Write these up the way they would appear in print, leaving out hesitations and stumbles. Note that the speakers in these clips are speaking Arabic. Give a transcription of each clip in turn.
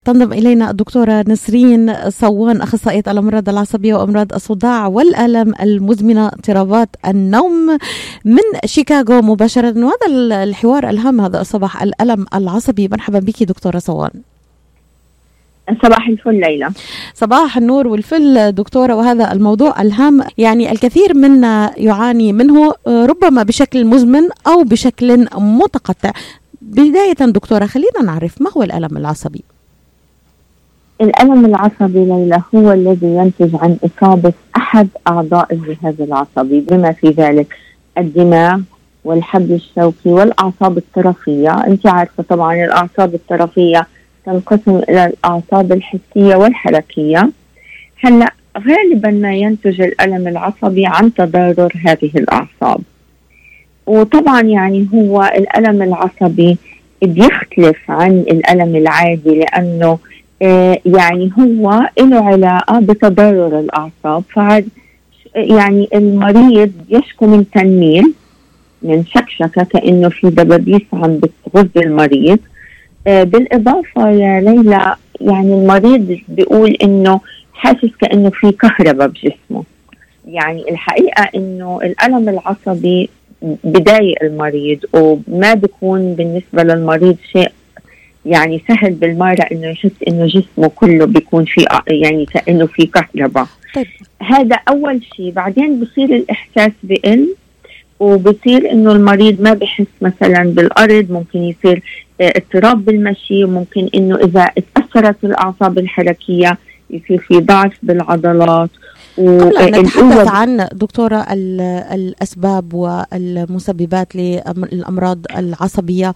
تنضم إلينا الدكتورة نسرين صوان، أخصائية الأمراض العصبية وأمراض الصداع والألم المزمنة اضطرابات النوم من شيكاغو مباشرة. وهذا الحوار الهام هذا الصباح، الألم العصبي. مرحبا بك دكتورة صوان. صباح الفل ليلى. صباح النور والفل دكتورة. وهذا الموضوع الهام، يعني الكثير منا يعاني منه، ربما بشكل مزمن أو بشكل متقطع. بداية دكتورة خلينا نعرف ما هو الألم العصبي. الألم العصبي ليلى هو الذي ينتج عن إصابة أحد أعضاء الجهاز العصبي، بما في ذلك الدماغ والحبل الشوكي والأعصاب الطرفية. أنت عارفة طبعا الأعصاب الطرفية تنقسم إلى الأعصاب الحسية والحركية. هلأ غالبا ما ينتج الألم العصبي عن تضرر هذه الأعصاب، وطبعا يعني هو الألم العصبي بيختلف عن الألم العادي، لأنه يعني هو له علاقة بتضرر الأعصاب. فعاد يعني المريض يشكو من تنميل، من شكشكة، كأنه في دبابيس عم بتغذ المريض. بالإضافة يا ليلى يعني المريض بيقول إنه حاسس كأنه في كهرباء بجسمه. يعني الحقيقة إنه الألم العصبي بداية المريض، وما بيكون بالنسبة للمريض شيء يعني سهل بالمرة إنه يحس إنه جسمه كله بيكون في يعني كأنه في كهرباء. طيب. هذا أول شيء. بعدين بصير الإحساس بقل، وبصير إنه المريض ما بحس مثلا بالأرض، ممكن يصير اضطراب بالمشي، وممكن إنه إذا اتأثرت الأعصاب الحركية يصير في ضعف بالعضلات. قبل أن نتحدث عن دكتورة الأسباب والمسببات للأمراض العصبية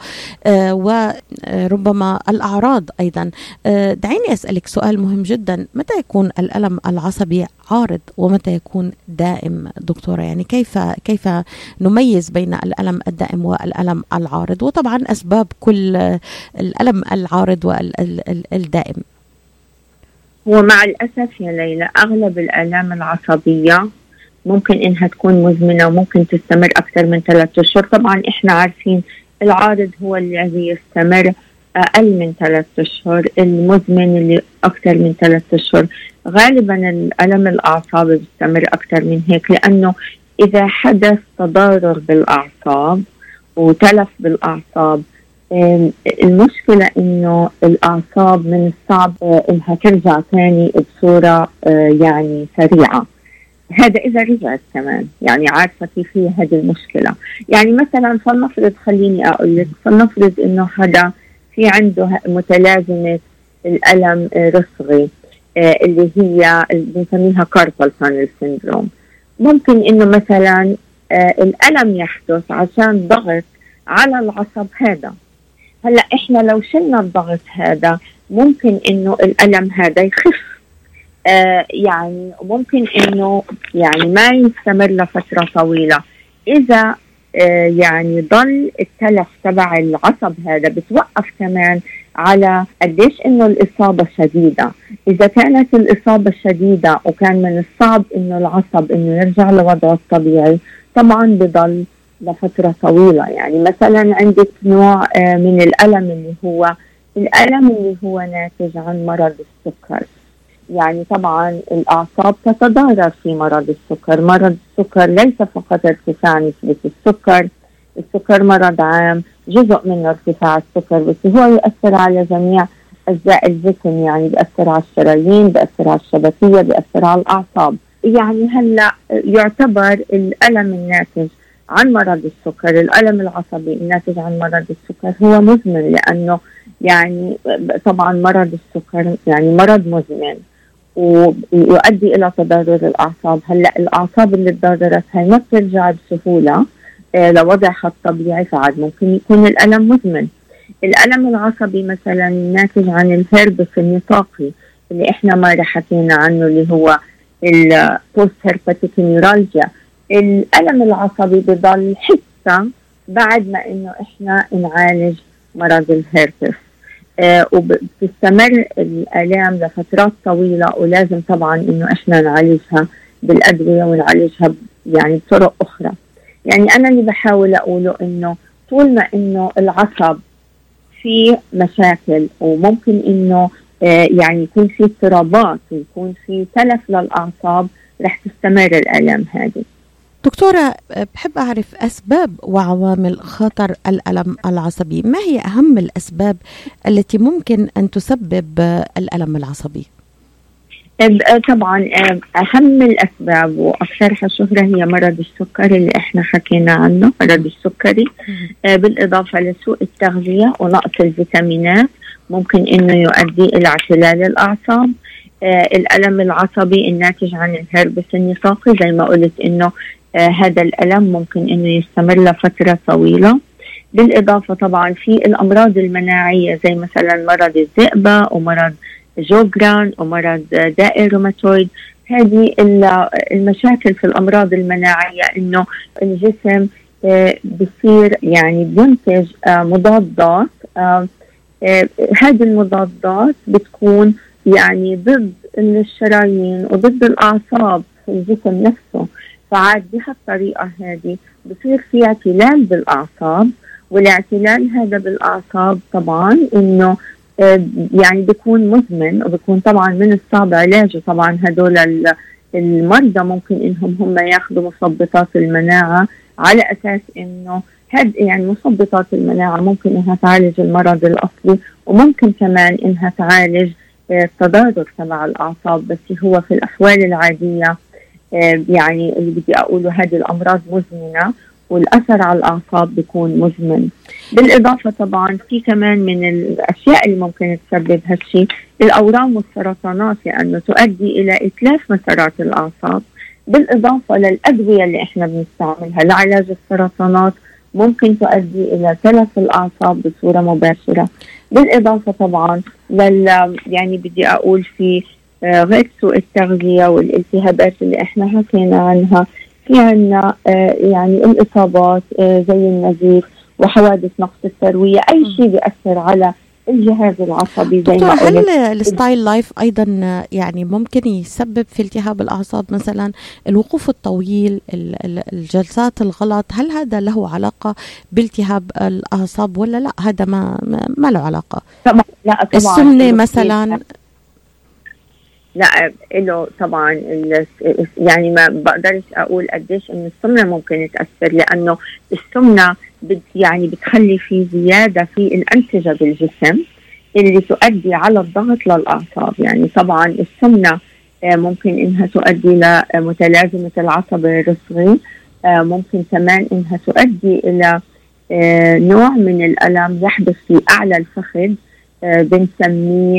وربما الأعراض أيضا، دعيني أسألك سؤال مهم جدا. متى يكون الألم العصبي عارض ومتى يكون دائم دكتورة؟ يعني كيف نميز بين الألم الدائم والألم العارض، وطبعا أسباب كل الألم العارض والدائم؟ هو مع الأسف يا ليلى أغلب الآلام العصبية ممكن إنها تكون مزمنة وممكن تستمر أكثر من 3 أشهر. طبعا إحنا عارفين العارض هو الذي يستمر أقل من 3 أشهر، المزمن اللي أكثر من 3 أشهر. غالبا الألم الأعصاب بيستمر أكثر من هيك، لأنه إذا حدث تضرر بالأعصاب وتلف بالأعصاب، المشكلة إنه الأعصاب من الصعب إنها ترجع تاني بصورة يعني سريعة. هذا إذا رجعت كمان، يعني عارفة كيف هي هذه المشكلة. يعني مثلا فلنفرض، خليني أقول لك، فلنفرض إنه حدا في عنده متلازمة الألم رسغي اللي هي بنسميها كاربال تانل سيندروم. ممكن إنه مثلا الألم يحدث عشان ضغط على العصب هذا. هلأ إحنا لو شلنا الضغط هذا ممكن إنه الألم هذا يخف، يعني ممكن إنه يعني ما يستمر لفترة طويلة. إذا يعني ضل التلف تبع العصب هذا بتوقف كمان على قديش إنه الإصابة شديدة. إذا كانت الإصابة شديدة وكان من الصعب إنه العصب إنه يرجع لوضعه الطبيعي، طبعا بضل لفترة طويلة. يعني مثلا عندك نوع من الألم اللي هو ناتج عن مرض السكر. يعني طبعا الأعصاب تتضرر في مرض السكر. مرض السكر ليس فقط ارتفاع نسبة السكر مرض عام، جزء من ارتفاع السكر، بس هو يؤثر على جميع أجزاء الجسم. يعني بيأثر على الشرايين، بيأثر على الشبكية، بيأثر على الأعصاب. يعني هلأ يعتبر الألم الناتج عن مرض السكر، الألم العصبي الناتج عن مرض السكر هو مزمن، لأنه يعني طبعا مرض السكر يعني مرض مزمن ويؤدي إلى تضرر الأعصاب. هلأ الأعصاب اللي تضررت هاي ما بترجع بسهولة لوضعها الطبيعي، فعاد ممكن يكون الألم مزمن. الألم العصبي مثلا ناتج عن الهربس النطاقي اللي إحنا ما حكينا عنه، اللي هو البوست هيرباتيك نيورالجيا. الألم العصبي بضل حتى بعد ما إنه إحنا نعالج مرض الهربس، وبتستمر الآلام لفترات طويلة، ولازم طبعا إنه إحنا نعالجها بالأدوية ونعالجها يعني بطرق أخرى. يعني أنا اللي بحاول أقوله إنه طول ما إنه العصب في مشاكل وممكن إنه يعني يكون في اضطرابات ويكون في تلف للأعصاب، رح تستمر الآلام هذه. دكتورة، بحب أعرف أسباب وعوامل خطر الألم العصبي. ما هي أهم الأسباب التي ممكن أن تسبب الألم العصبي؟ طبعا أهم الأسباب وأكثرها شهرة هي مرض السكري اللي إحنا حكينا عنه، مرض السكري، بالإضافة لسوء التغذية ونقص الفيتامينات ممكن إنه يؤدي إلى اعتلال الأعصاب. الألم العصبي الناتج عن الهربس النفاقي زي ما قلت إنه هذا الألم ممكن إنه يستمر لفترة طويلة. بالإضافة طبعا في الأمراض المناعية زي مثلا مرض الذئبة ومرض جوجران ومرض داء الروماتويد. هذه المشاكل في الأمراض المناعية إنه الجسم بصير يعني بينتج مضادات. هذه المضادات بتكون يعني ضد الشرايين وضد الأعصاب في الجسم نفسه، فعاد بهالطريقة هذه بصير في اعتلال بالأعصاب، والاعتلال هذا بالأعصاب طبعا إنه يعني بيكون مزمن وبيكون طبعا من الصعب علاجه. طبعا هدول المرضى ممكن إنهم هم ياخذوا مثبطات المناعة على أساس إنه يعني مثبطات المناعة ممكن إنها تعالج المرض الأصلي، وممكن كمان إنها تعالج التضرر تبع الأعصاب، بس هو في الأحوال العادية يعني اللي بدي أقوله هذه الأمراض مزمنة والأثر على الأعصاب بيكون مزمن. بالإضافة طبعا في كمان من الأشياء اللي ممكن تسبب هالشيء الأورام والسرطانات، لأنه تؤدي إلى إتلاف مسارات الأعصاب. بالإضافة للأدوية اللي إحنا بنستعملها لعلاج السرطانات ممكن تؤدي إلى تلف الأعصاب بصورة مباشرة. بالإضافة طبعا يعني بدي أقول في غير سوء التغذية والالتهابات اللي إحنا حكينا عنها، في عنا يعني الإصابات زي النزيف وحوادث نقص التروية، أي شيء بيأثر على الجهاز العصبي زي ما قلت. هل الستايل لايف أيضا يعني ممكن يسبب في التهاب الأعصاب؟ مثلا الوقوف الطويل، الجلسات الغلط، هل هذا له علاقة بالتهاب الأعصاب ولا لا؟ هذا ما له علاقة. طبعا لا، طبعا السمنة مثلا لا له طبعا. يعني ما بقدرش اقول قديش ان السمنه ممكن تاثر، لانه السمنه يعني بتخلي في زياده في الانسجه بالجسم اللي تؤدي على الضغط للاعصاب. يعني طبعا السمنه ممكن انها تؤدي لمتلازمه العصب الرسغي، ممكن كمان انها تؤدي الى نوع من الالم يحدث في اعلى الفخذ، بنسميه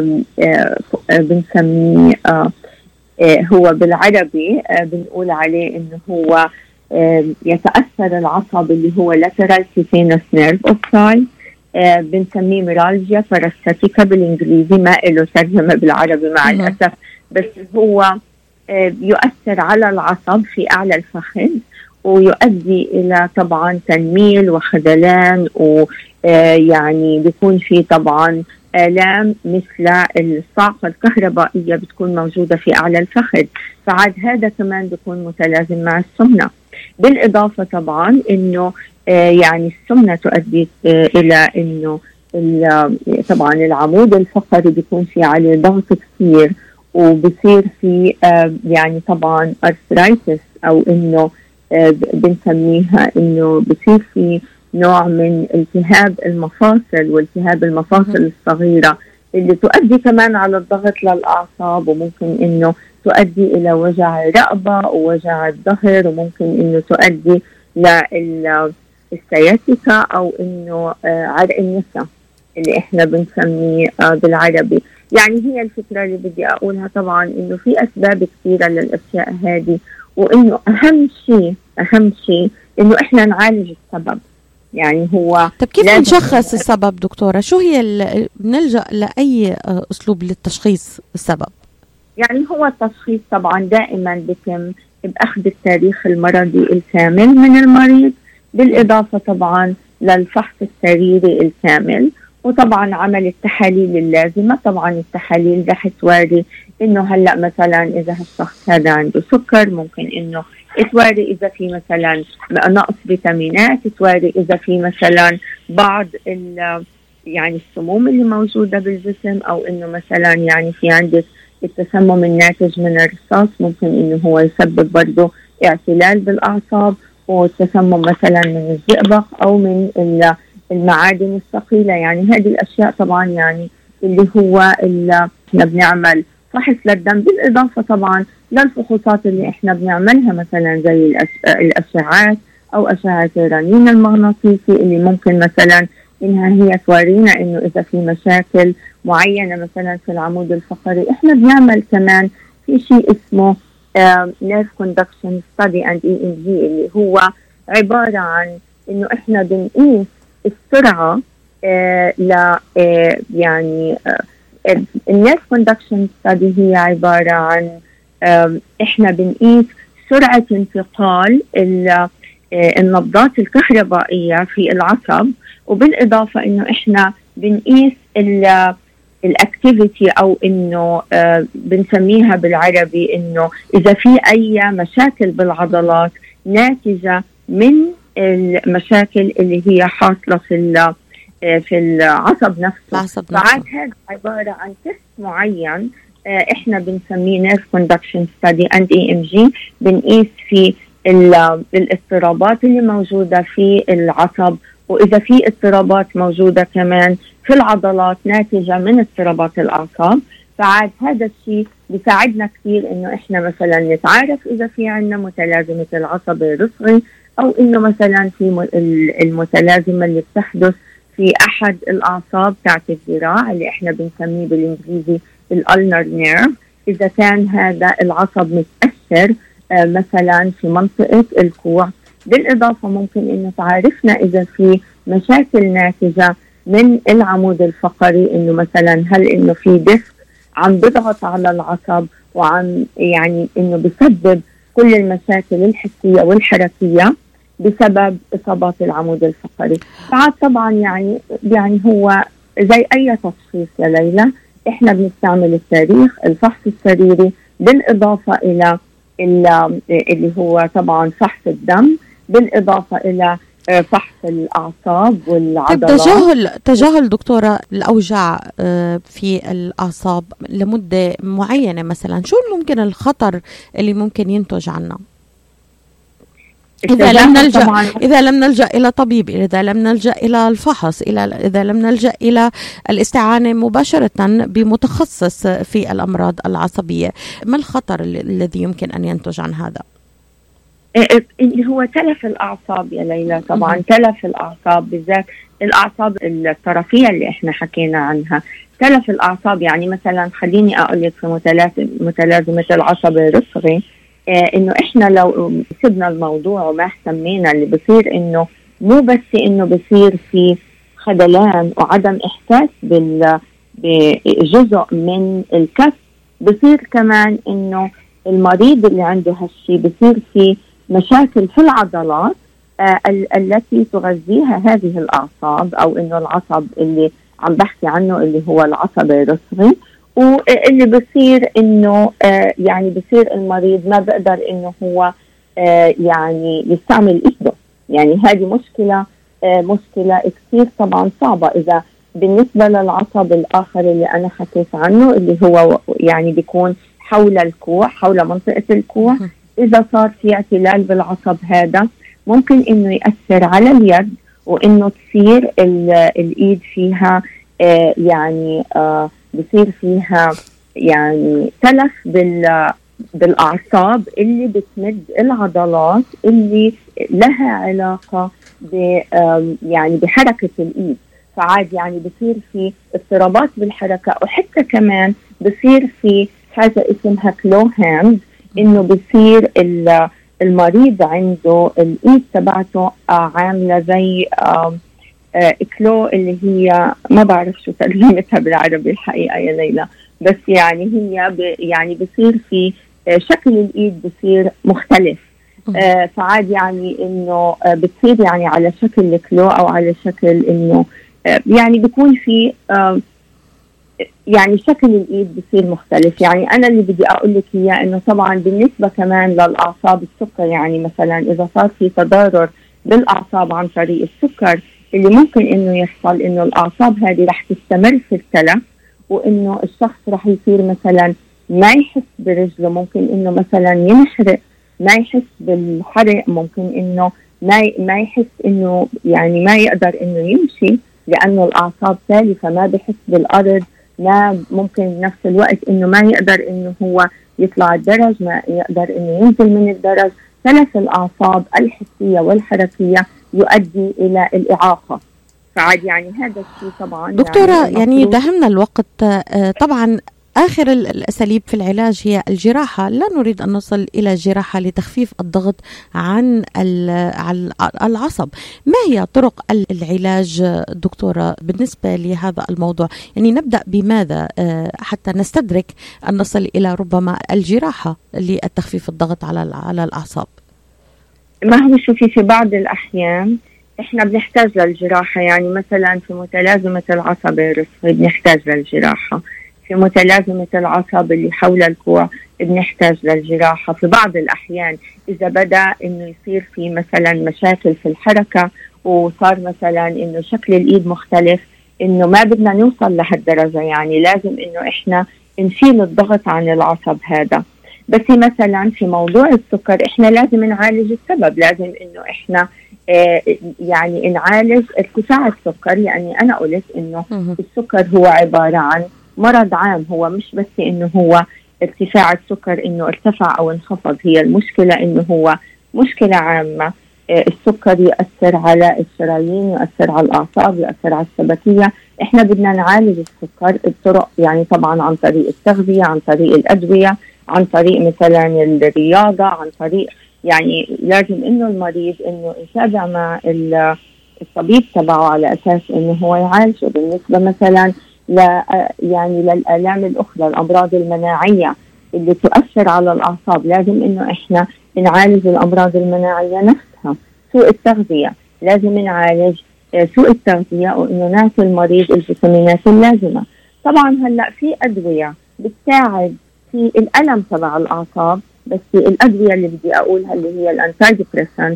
هو بالعربي بنقول عليه انه هو يتأثر العصب اللي هو lateral cutaneous nerve ossai، بنسميه ميرالجيا باراستاتيكا بالانجليزي، ما له ترجمة بالعربي مع الأسف، بس هو يؤثر على العصب في أعلى الفخذ ويؤدي إلى طبعا تنميل وخذلان، ويعني بيكون في طبعا آلام مثل الصعقة الكهربائية بتكون موجودة في أعلى الفخذ، فعاد هذا كمان بيكون متلازم مع السمنة. بالإضافة طبعا إنه يعني السمنة تؤدي إلى إنه طبعا العمود الفقري بيكون في عليه ضغط كثير، وبصير في يعني طبعا أرثرايتس، أو إنه بنسميها إنه بصير في نوع من التهاب المفاصل والتهاب المفاصل الصغيرة اللي تؤدي كمان على الضغط للأعصاب، وممكن إنه تؤدي إلى وجع الرقبة ووجع الظهر، وممكن إنه تؤدي للسياتيكا أو إنه عرق النسا اللي إحنا بنسميه بالعربي. يعني هي الفكرة اللي بدي أقولها طبعا إنه في أسباب كثيرة للأشياء هذه، وإنه أهم شيء إنه إحنا نعالج السبب. يعني هو طب كيف نشخص السبب دكتورة؟ شو هي بنلجأ لأي أسلوب للتشخيص السبب؟ يعني هو التشخيص طبعا دائما بيتم بأخذ التاريخ المرضي الكامل من المريض، بالإضافة طبعا للفحص السريري الكامل، وطبعا عمل التحاليل اللازمة. طبعا التحاليل رح توري إنه هلأ مثلا إذا الشخص هذا عنده سكر، ممكن إنه توري إذا في مثلا نقص فيتامينات، توري إذا في مثلا بعض يعني السموم اللي موجودة بالجسم، أو إنه مثلا يعني في عندك التسمم الناتج من الرصاص ممكن إنه هو يسبب برضه اعتلال بالأعصاب، والتسمم مثلا من الزئبق أو من المعادن الثقيلة. يعني هذه الأشياء طبعا يعني اللي هو اللي احنا بنعمل فحص للدم، بالإضافة طبعا للفحوصات اللي احنا بنعملها مثلا زي الأشعات أو أشعة الرنين المغناطيسي اللي ممكن مثلا إنها هي تورينا إنه إذا في مشاكل معينة مثلا في العمود الفقري. إحنا بنعمل كمان في شيء اسمه Nerve Conduction Study and EMG، اللي هو عبارة عن إنه إحنا بنقيس السرعة يعني النيرف كوندكشن ستادي هي عبارة عن إحنا بنقيس سرعة انتقال النبضات الكهربائية في العصب، وبالإضافة إنه إحنا بنقيس الاكتيفيتي أو إنه بنسميها بالعربي إنه إذا في أي مشاكل بالعضلات ناتجة من المشاكل اللي هي حاصلة في العصب نفسه. بعد هذا عبارة عن تست معين احنا بنسميه Nerve Conduction Study and EMG، بنقيس في الاضطرابات اللي موجودة في العصب، وإذا في اضطرابات موجودة كمان في العضلات ناتجة من اضطرابات الأعصاب. فعاد هذا الشيء بيساعدنا كثير إنه إحنا مثلا نتعرف إذا في عندنا متلازمة العصب الرسغي، أو إنه مثلا في المتلازمة اللي بتحدث في أحد الأعصاب تاعت الذراع اللي إحنا بنسميه بالإنجليزي الألنر نيرف، إذا كان هذا العصب متأثر مثلا في منطقة الكوع. بالإضافة ممكن إنه تعرفنا إذا في مشاكل ناتجة من العمود الفقري، إنه مثلا هل إنه في ديسك عم بضغط على العصب وعم يعني إنه بسبب كل المشاكل الحسية والحركية بسبب إصابات العمود الفقري. طبعا يعني هو زي أي تشخيص يا ليلى، إحنا بنستعمل التاريخ، الفحص السريري، بالإضافة إلى اللي هو طبعا فحص الدم، بالإضافة إلى فحص الأعصاب والعضلات. تجاهل دكتورة الأوجاع في الأعصاب لمدة معينة مثلا، شو ممكن الخطر اللي ممكن ينتج عنه إذا لم نلجأ إلى طبيب، إذا لم نلجأ إلى الفحص، إذا لم نلجأ إلى الاستعانة مباشرة بمتخصص في الأمراض العصبية؟ ما الخطر الذي يمكن أن ينتج عن هذا؟ اللي هو تلف الأعصاب يا ليلى. طبعا تلف الأعصاب بالذات الأعصاب الطرفية اللي احنا حكينا عنها، تلف الأعصاب. يعني مثلا خليني أقول لك في متلازمة العصب الرسغي، انه احنا لو سبنا الموضوع وما اهتمينا، اللي بصير انه مو بس انه بصير في خدلان وعدم احساس بجزء من الكف، بصير كمان انه المريض اللي عنده هالشي بصير في مشاكل في العضلات التي تغذيها هذه الأعصاب، أو إنه العصب اللي عم بحكي عنه اللي هو العصب الرسغي، واللي بصير إنه يعني بصير المريض ما بقدر إنه هو يعني يستعمل إيده. يعني هذه مشكلة كثير طبعا صعبة. إذا بالنسبة للعصب الآخر اللي أنا حكيت عنه اللي هو يعني بيكون حول الكوع، حول منطقة الكوع، إذا صار في اعتلال بالعصب هذا ممكن إنه يأثر على اليد، وإنه تصير الإيد فيها يعني بصير فيها يعني تلف بالأعصاب اللي بتمد العضلات اللي لها علاقة يعني بحركة الإيد. فعاد يعني بصير في اضطرابات بالحركة، وحتى كمان بصير في حاجة اسمها كلو هاند، إنه بصير المريض عنده الإيد تبعته عاملة زي كلو، اللي هي ما بعرف شو ترجمتها بالعربي الحقيقة يا ليلى، بس يعني هي يعني بصير في شكل الإيد بصير مختلف. فعاد يعني إنه بتصير يعني على شكل كلو أو على شكل إنه يعني بيكون في يعني شكل الإيد بصير مختلف. يعني أنا اللي بدي أقول لك إياه إنه طبعا بالنسبة كمان للأعصاب السكر، يعني مثلا إذا صار في تضرر بالأعصاب عن طريق السكر، اللي ممكن إنه يحصل إنه الأعصاب هذه رح تستمر في التلف، وإنه الشخص رح يصير مثلا ما يحس برجله، ممكن إنه مثلا ينحرق، ما يحس بالحرق، ممكن إنه ما يحس إنه يعني ما يقدر إنه يمشي لأنه الأعصاب تالفة، ما بحس بالأرض، ما ممكن بنفس الوقت إنه ما يقدر إنه هو يطلع الدرج، ما يقدر إنه ينزل من الدرج. تلف الأعصاب الحسية والحركية يؤدي إلى الإعاقة. فعاد يعني هذا الشيء طبعا دكتورة يعني دهمنا الوقت. طبعا آخر الأساليب في العلاج هي الجراحة، لا نريد أن نصل إلى جراحة لتخفيف الضغط عن العصب. ما هي طرق العلاج دكتورة بالنسبة لهذا الموضوع؟ يعني نبدأ بماذا حتى نستدرك أن نصل إلى ربما الجراحة لتخفيف الضغط على الأعصاب؟ ما هو شوفي، في بعض الأحيان إحنا بنحتاج للجراحة، يعني مثلا في متلازمة العصب الرسغي بنحتاج للجراحة، في متلازمة العصب اللي حول الكوع بنحتاج للجراحة. في بعض الأحيان إذا بدأ إنه يصير في مثلا مشاكل في الحركة وصار مثلا إنه شكل الإيد مختلف، إنه ما بدنا نوصل لهالدرجة، يعني لازم إنه إحنا نشيل الضغط عن العصب هذا. بس مثلا في موضوع السكر إحنا لازم نعالج السبب، لازم إنه إحنا يعني نعالج ارتفاع السكر. يعني أنا قلت إنه السكر هو عبارة عن مرض عام، هو مش بس إنه هو ارتفاع السكر إنه ارتفع أو انخفض، هي المشكلة إنه هو مشكلة عامة. السكر يؤثر على الشرايين، يؤثر على الأعصاب، يؤثر على الشبكية. إحنا بدنا نعالج السكر بطرق، يعني طبعا عن طريق التغذية، عن طريق الأدوية، عن طريق مثلا الرياضة، عن طريق يعني لازم إنه المريض إنه يتابع مع الطبيب تبعه على أساس إنه هو يعالجه. بالنسبة مثلا يعني للآلام الأخرى، الأمراض المناعية اللي تؤثر على الأعصاب، لازم إنه إحنا نعالج الأمراض المناعية نفسها. سوء التغذية لازم نعالج سوء التغذية، وإنه نعطي المريض الفيتامينات اللازمة. طبعا هلأ في أدوية بتساعد في الألم تبع الأعصاب، بس الأدوية اللي بدي أقولها اللي هي الأنتايديبريسنت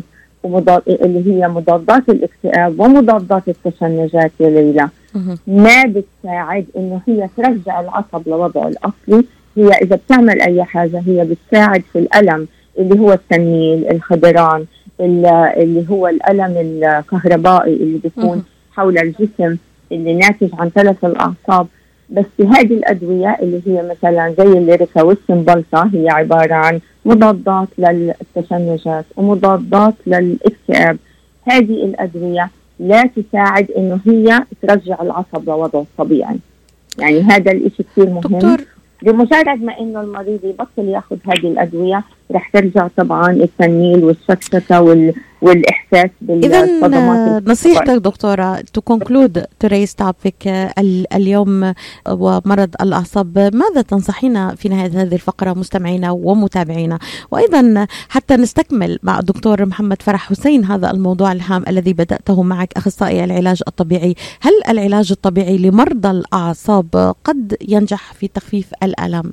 اللي هي مضادات الاكتئاب ومضادات التشنجات يا ليلى، ما بتساعد إنه هي ترجع العصب لوضعه الأصلي. هي إذا بتعمل أي حاجة هي بتساعد في الألم اللي هو التنميل، الخضران، اللي هو الألم الكهربائي اللي بيكون حول الجسم اللي ناتج عن تلف الأعصاب. بس هذه الأدوية اللي هي مثلا زي الليريكا والسمبلتا هي عبارة عن مضادات للتشنجات ومضادات للاكتئاب. هذه الأدوية لا تساعد إنه هي ترجع العصب لوضعه الطبيعي. يعني هذا الإشي كثير مهم. دكتور، بمجرد ما إنه المريض يبطل ياخذ هذه الأدوية رح ترجع طبعا التنميل والشكشكة والإحساس بالصدمات. إذن نصيحتك دكتورة to conclude today's topic اليوم ومرض الأعصاب، ماذا تنصحينا في نهاية هذه الفقرة مستمعينا ومتابعينا؟ وأيضا حتى نستكمل مع الدكتور محمد فرح حسين هذا الموضوع الهام الذي بدأته معك، أخصائي العلاج الطبيعي، هل العلاج الطبيعي لمرضى الأعصاب قد ينجح في تخفيف الألم؟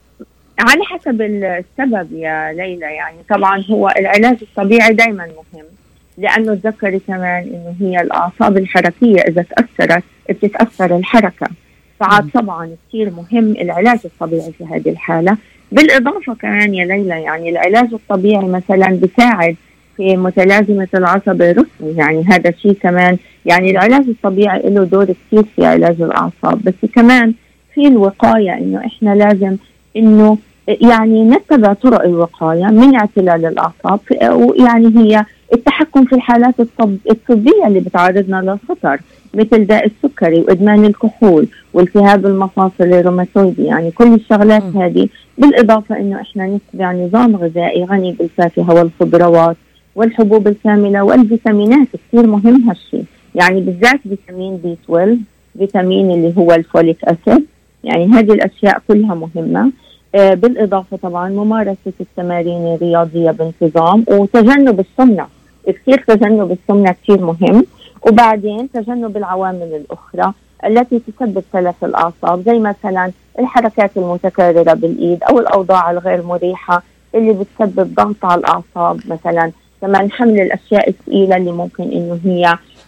على حسب السبب يا ليلى. يعني طبعا هو العلاج الطبيعي دايما مهم، لأنه تذكري كمان إنه هي الأعصاب الحركية إذا تأثرت بتتأثر الحركة، فعاد طبعا كثير مهم العلاج الطبيعي في هذه الحالة. بالإضافة كمان يا ليلى يعني العلاج الطبيعي مثلا بيساعد في متلازمة العصب الرسغي، يعني هذا شيء كمان. يعني العلاج الطبيعي له دور كثير في علاج الأعصاب، بس كمان في الوقاية، إنه إحنا لازم إنه يعني نتبع طرق الوقاية من اعتلال الأعصاب، ويعني هي التحكم في الحالات الطبية اللي بتعرضنا للخطر، مثل داء السكري وإدمان الكحول والتهاب المفاصل الروماتويدي. يعني كل الشغلات هذه، بالإضافة إنه إحنا نتبع نظام غذائي غني بالفاكهة والخضروات والحبوب الكاملة والفيتامينات. كثير مهم هالشيء، يعني بالذات فيتامين B12، فيتامين اللي هو الفوليك أسيد. يعني هذه الأشياء كلها مهمة. بالإضافة طبعا ممارسة التمارين الرياضية بانتظام، وتجنب السمنة. كثير تجنب السمنة كثير مهم. وبعدين تجنب العوامل الأخرى التي تسبب تلف الأعصاب، زي مثلا الحركات المتكررة بالإيد أو الأوضاع الغير مريحة اللي بتسبب ضغط على الأعصاب. مثلا كمان حمل الأشياء الثقيلة اللي ممكن إنه هي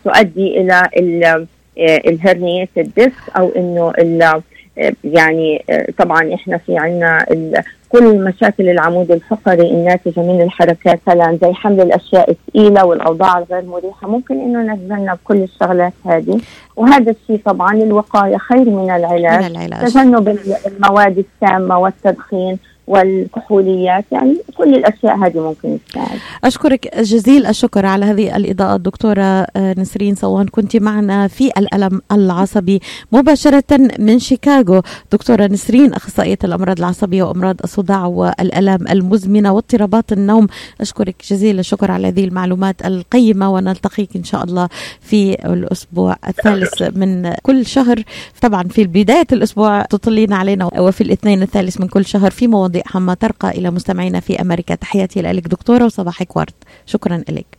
تؤدي إلى الهرنية الديسك، أو إنه يعني طبعا إحنا في عنا كل مشاكل العمود الفقري الناتجة من الحركات هلا زي حمل الأشياء الثقيلة والأوضاع الغير مريحة، ممكن إنه نتجنب كل الشغلات هذه. وهذا الشيء طبعا الوقاية خير من العلاج. تجنب المواد السامة والتدخين والكحوليات، يعني كل الأشياء هذه ممكن تساعد. أشكرك جزيل الشكر على هذه الإضاءة دكتورة نسرين صوان، كنت معنا في الألم العصبي مباشرة من شيكاغو. دكتورة نسرين أخصائية الأمراض العصبية وأمراض الصداع والألام المزمنة واضطرابات النوم. أشكرك جزيل الشكر على هذه المعلومات القيمة، ونلتقيك إن شاء الله في الأسبوع الثالث من كل شهر. طبعا في بداية الأسبوع تطلين علينا، وفي الاثنين الثالث من كل شهر في مواضيع هامة ترقى إلى مستمعينا في أمريكا. تحياتي لك دكتورة وصباحك ورد. شكرا لك.